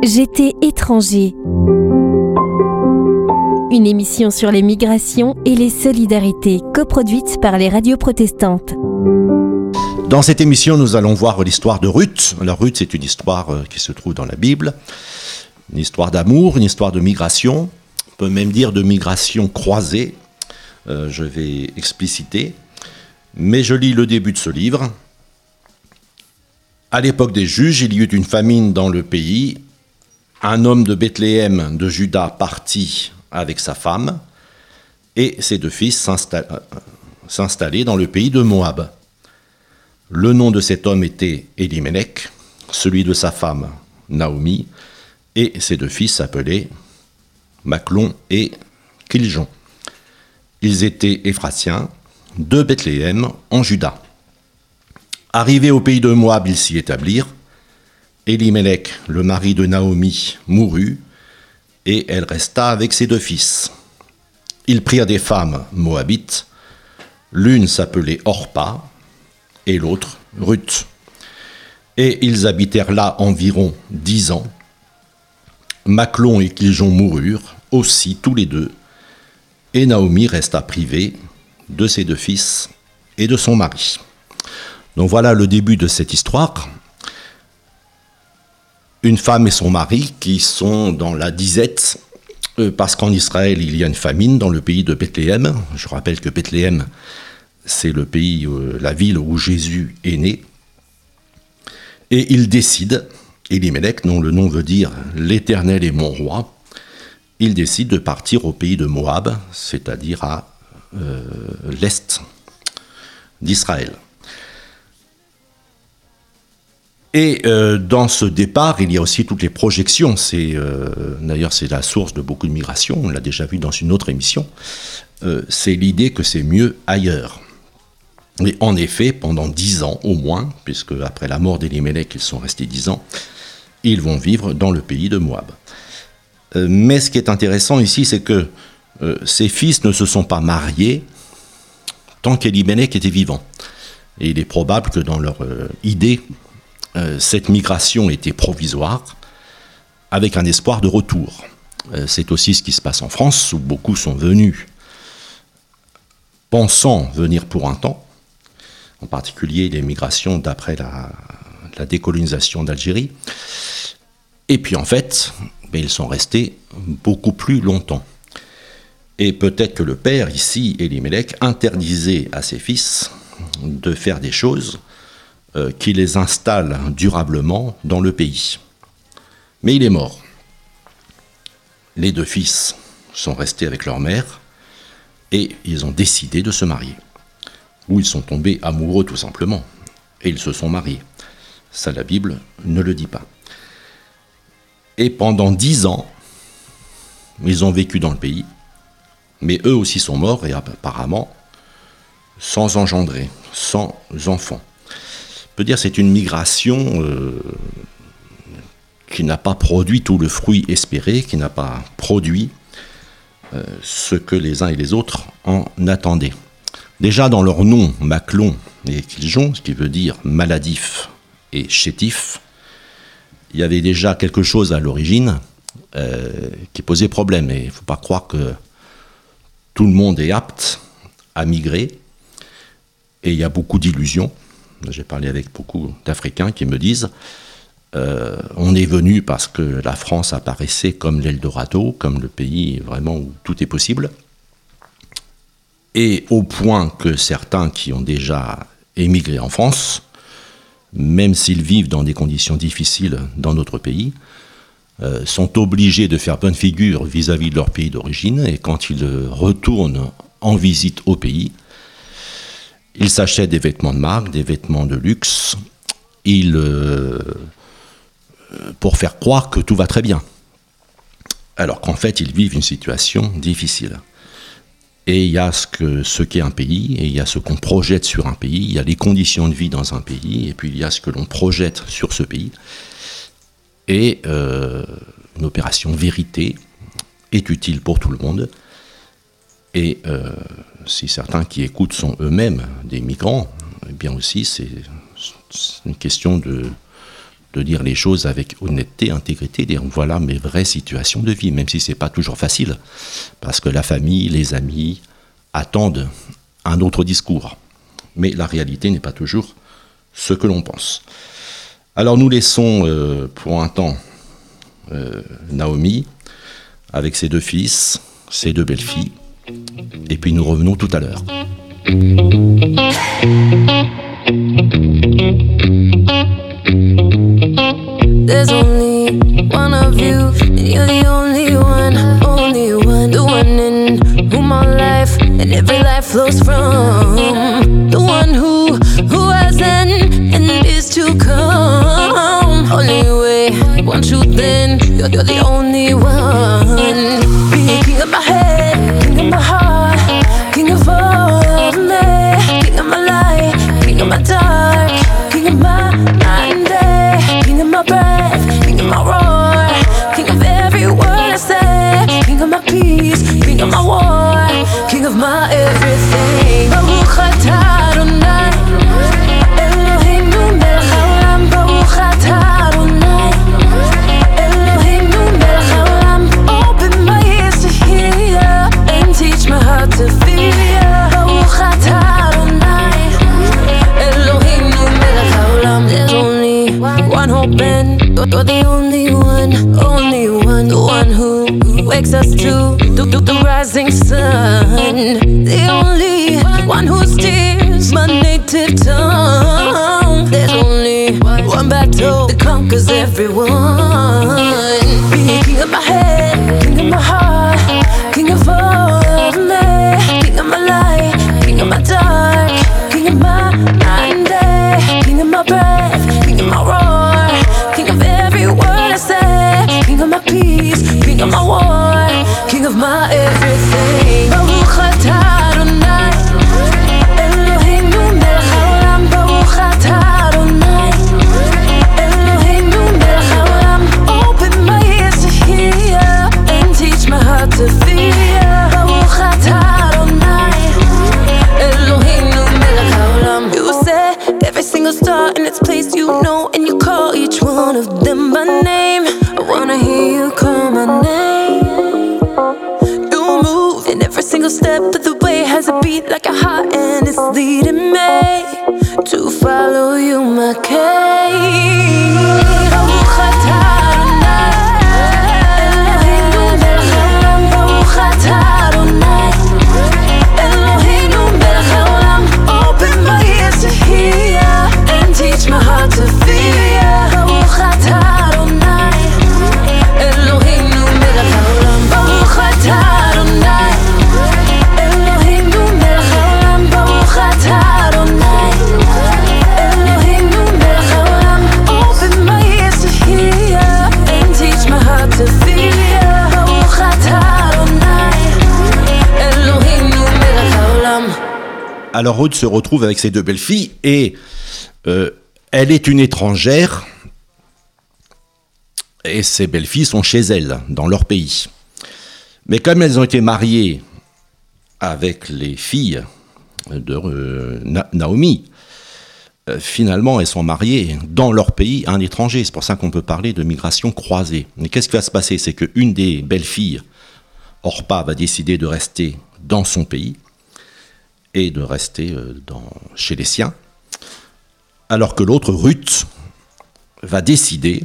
J'étais étranger. Une émission sur les migrations et les solidarités, coproduite par les radios protestantes. Dans cette émission, nous allons voir l'histoire de Ruth. Alors Ruth, c'est une histoire qui se trouve dans la Bible, une histoire d'amour, une histoire de migration, on peut même dire de migration croisée, je vais expliciter, mais je lis le début de ce livre. À l'époque des juges, il y eut une famine dans le pays. Un homme de Bethléem de Juda partit avec sa femme et ses deux fils s'installer dans le pays de Moab. Le nom de cet homme était Elimelech, celui de sa femme Naomi, et ses deux fils s'appelaient Machlon et Kiljon. Ils étaient Éphratiens de Bethléem en Juda. Arrivés au pays de Moab, ils s'y établirent. Elimelech, le mari de Naomi, mourut, et elle resta avec ses deux fils. Ils prirent des femmes moabites, l'une s'appelait Orpa, et l'autre Ruth. Et ils habitèrent là environ 10 ans. Machlon et Kiljon moururent, aussi tous les deux, et Naomi resta privée de ses deux fils et de son mari. Donc voilà le début de cette histoire. Une femme et son mari qui sont dans la disette, parce qu'en Israël, il y a une famine dans le pays de Bethléem. Je rappelle que Bethléem, c'est le pays, la ville où Jésus est né. Et il décide, Elimelech, dont le nom veut dire « l'Éternel est mon roi », il décide de partir au pays de Moab, c'est-à-dire à l'est d'Israël. Et dans ce départ, il y a aussi toutes les projections. D'ailleurs, c'est la source de beaucoup de migrations. On l'a déjà vu dans une autre émission. C'est l'idée que c'est mieux ailleurs. Et en effet, pendant 10 ans au moins, puisque après la mort d'Elimelech, ils sont restés 10 ans, ils vont vivre dans le pays de Moab. Mais ce qui est intéressant ici, c'est que ces fils ne se sont pas mariés tant qu'Elimelech était vivant. Et il est probable que dans leur idée, cette migration était provisoire, avec un espoir de retour. C'est aussi ce qui se passe en France, où beaucoup sont venus pensant venir pour un temps, en particulier les migrations d'après la décolonisation d'Algérie. Et puis en fait, ils sont restés beaucoup plus longtemps. Et peut-être que le père, ici, Elimelech, interdisait à ses fils de faire des choses qui les installe durablement dans le pays. Mais il est mort. Les deux fils sont restés avec leur mère et ils ont décidé de se marier. Ou ils sont tombés amoureux tout simplement et ils se sont mariés. Ça, la Bible ne le dit pas. Et pendant 10 ans, ils ont vécu dans le pays, mais eux aussi sont morts et apparemment sans engendrer, sans enfants. On peut dire que c'est une migration qui n'a pas produit tout le fruit espéré, qui n'a pas produit ce que les uns et les autres en attendaient. Déjà dans leur nom, Machlon et Kiljon, ce qui veut dire maladif et chétif, il y avait déjà quelque chose à l'origine qui posait problème. Et il ne faut pas croire que tout le monde est apte à migrer. Et il y a beaucoup d'illusions. J'ai parlé avec beaucoup d'Africains qui me disent on est venu parce que la France apparaissait comme l'Eldorado, comme le pays vraiment où tout est possible. Et au point que certains qui ont déjà émigré en France, même s'ils vivent dans des conditions difficiles dans notre pays, sont obligés de faire bonne figure vis-à-vis de leur pays d'origine. Et quand ils retournent en visite au pays, ils s'achètent des vêtements de marque, des vêtements de luxe, pour faire croire que tout va très bien. Alors qu'en fait, ils vivent une situation difficile. Et il y a ce qu'est un pays, et il y a ce qu'on projette sur un pays, il y a les conditions de vie dans un pays, et puis il y a ce que l'on projette sur ce pays. Et une opération vérité est utile pour tout le monde. Et si certains qui écoutent sont eux-mêmes des migrants, eh bien aussi c'est une question de dire les choses avec honnêteté, intégrité, dire voilà mes vraies situations de vie, même si c'est pas toujours facile, parce que la famille, les amis attendent un autre discours. Mais la réalité n'est pas toujours ce que l'on pense. Alors nous laissons pour un temps Naomi avec ses 2 fils, ses 2 belles-filles, et puis nous revenons tout à l'heure. There's only one of you, and you're the only one, the one in whom my life and every life flows from, the one who hasn't and is to come. Only way, one truth, then you're the only one. Be king of my head, king of my heart, king of all of me, king of my light, king of my dark, king of my night and day, king of my breath, king of my roar, king of every word I say, king of my peace, king of my war, king of my everything. Baruch atah Adonai, Eloheinu melech haolam. Baruch atah Adonai, Eloheinu melech haolam. Open my ears to hear and teach my heart to feel. Baruch atah Adonai, Eloheinu melech haolam. There's only one hope and you're the only one, the one who wakes us to the rising sun, the only one who steers my native tongue. There's only one battle that conquers everyone. Be king of my head, king of my heart, king of all of me, king of my light, king of my dark, king of my night and day, king of my breath, king of my roar, king of every word I say, king of my peace, king of my war, king of my everything. Baruch atah Adonai, Eloheinu melech haolam. Baruch atah Adonai, Eloheinu melech haolam. Open my ears to hear and teach my heart to feel. Baruch atah Adonai, Eloheinu melech haolam. You said every single star in its place you know, and you call each one of them by name. I wanna hear you call my name. You move in every single step of the way, has a beat like a heart and it's leading me to follow you, my king. Baruch atah Adonai, Eloheinu melech haolam. Baruch atah Adonai, Eloheinu melech haolam. Open my ears to hear and teach my heart to feel. Baruch atah Adonai, Eloheinu melech haolam. Baruch atah Adonai, Eloheinu melech haolam. Baruch atah Adonai, Eloheinu melech haolam. Open my ears to hear and teach my heart to feel. Baruch atah Adonai, Eloheinu melech haolam. Alors Ruth se retrouve avec ses 2 belles-filles et elle est une étrangère et ses belles-filles sont chez elles, dans leur pays. Mais comme elles ont été mariées avec les filles de Naomi, finalement elles sont mariées dans leur pays à un étranger. C'est pour ça qu'on peut parler de migration croisée. Mais qu'est-ce qui va se passer? C'est qu'une des belles-filles, Orpa, va décider de rester dans son pays et de rester chez les siens, alors que l'autre, Ruth, va décider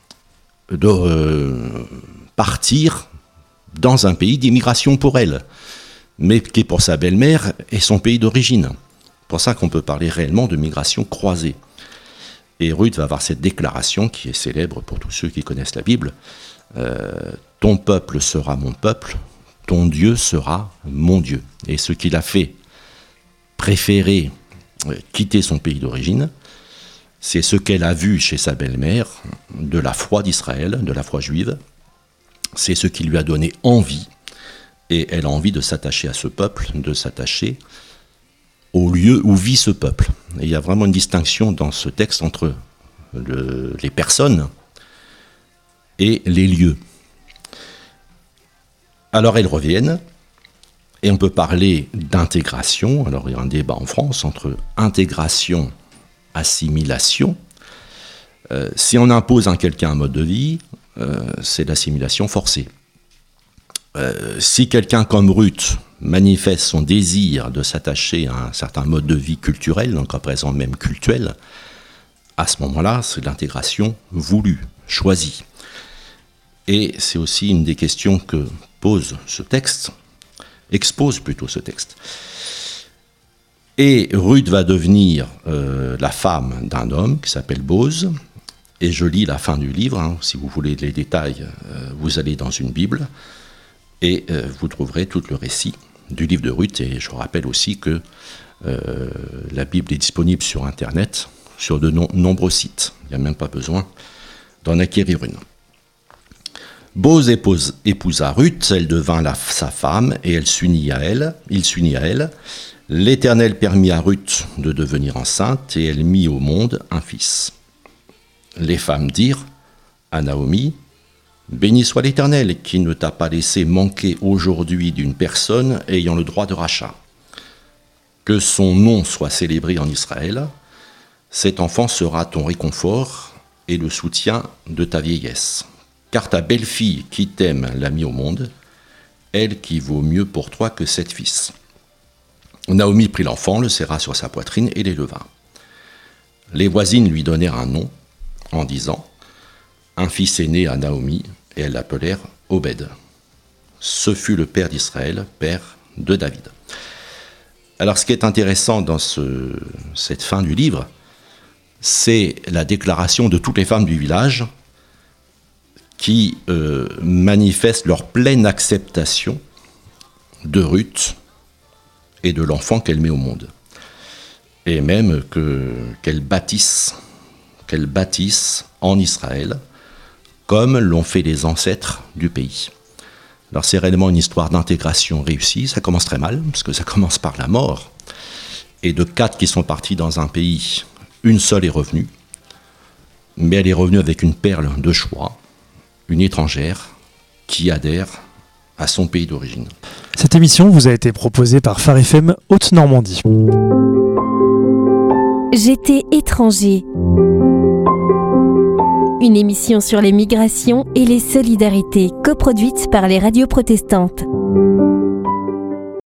de partir dans un pays d'immigration pour elle, mais qui est pour sa belle-mère et son pays d'origine. C'est pour ça qu'on peut parler réellement de migration croisée. Et Ruth va avoir cette déclaration qui est célèbre pour tous ceux qui connaissent la Bible. Ton peuple sera mon peuple, ton Dieu sera mon Dieu. Et ce qu'il a fait préférer quitter son pays d'origine, c'est ce qu'elle a vu chez sa belle-mère de la foi d'Israël, de la foi juive. C'est ce qui lui a donné envie, et elle a envie de s'attacher à ce peuple, de s'attacher au lieu où vit ce peuple. Et il y a vraiment une distinction dans ce texte entre les personnes et les lieux. Alors elles reviennent, et on peut parler d'intégration. Alors il y a un débat en France entre intégration, assimilation. Si on impose à quelqu'un un mode de vie, c'est l'assimilation forcée. Si quelqu'un comme Ruth manifeste son désir de s'attacher à un certain mode de vie culturel, donc à présent même cultuel, à ce moment-là, c'est de l'intégration voulue, choisie. Et c'est aussi une des questions que expose plutôt ce texte. Et Ruth va devenir la femme d'un homme qui s'appelle Boz. Et je lis la fin du livre. Si vous voulez les détails, vous allez dans une Bible et vous trouverez tout le récit du livre de Ruth. Et je rappelle aussi que la Bible est disponible sur Internet, sur de nombreux sites. Il n'y a même pas besoin d'en acquérir une. Boz épousa Ruth, elle devint sa femme et il s'unit à elle. L'Éternel permit à Ruth de devenir enceinte et elle mit au monde un fils. Les femmes dirent à Naomi, « Béni soit l'Éternel qui ne t'a pas laissé manquer aujourd'hui d'une personne ayant le droit de rachat. Que son nom soit célébré en Israël. Cet enfant sera ton réconfort et le soutien de ta vieillesse. Car ta belle-fille qui t'aime l'a mis au monde, elle qui vaut mieux pour toi que 7 fils. » Naomi prit l'enfant, le serra sur sa poitrine et l'éleva. Les voisines lui donnèrent un nom en disant « Un fils est né à Naomi » et elles l'appelèrent Obed. Ce fut le père d'Israël, père de David. Alors ce qui est intéressant dans cette fin du livre, c'est la déclaration de toutes les femmes du village qui manifestent leur pleine acceptation de Ruth et de l'enfant qu'elle met au monde. Et même qu'elle bâtisse en Israël, comme l'ont fait les ancêtres du pays. Alors c'est réellement une histoire d'intégration réussie. Ça commence très mal, parce que ça commence par la mort. Et de 4 qui sont partis dans un pays, une seule est revenue. Mais elle est revenue avec une perle de choix, une étrangère qui adhère à son pays d'origine. Cette émission vous a été proposée par Phare FM Haute-Normandie. J'étais étranger. Une émission sur les migrations et les solidarités coproduite par les radios protestantes.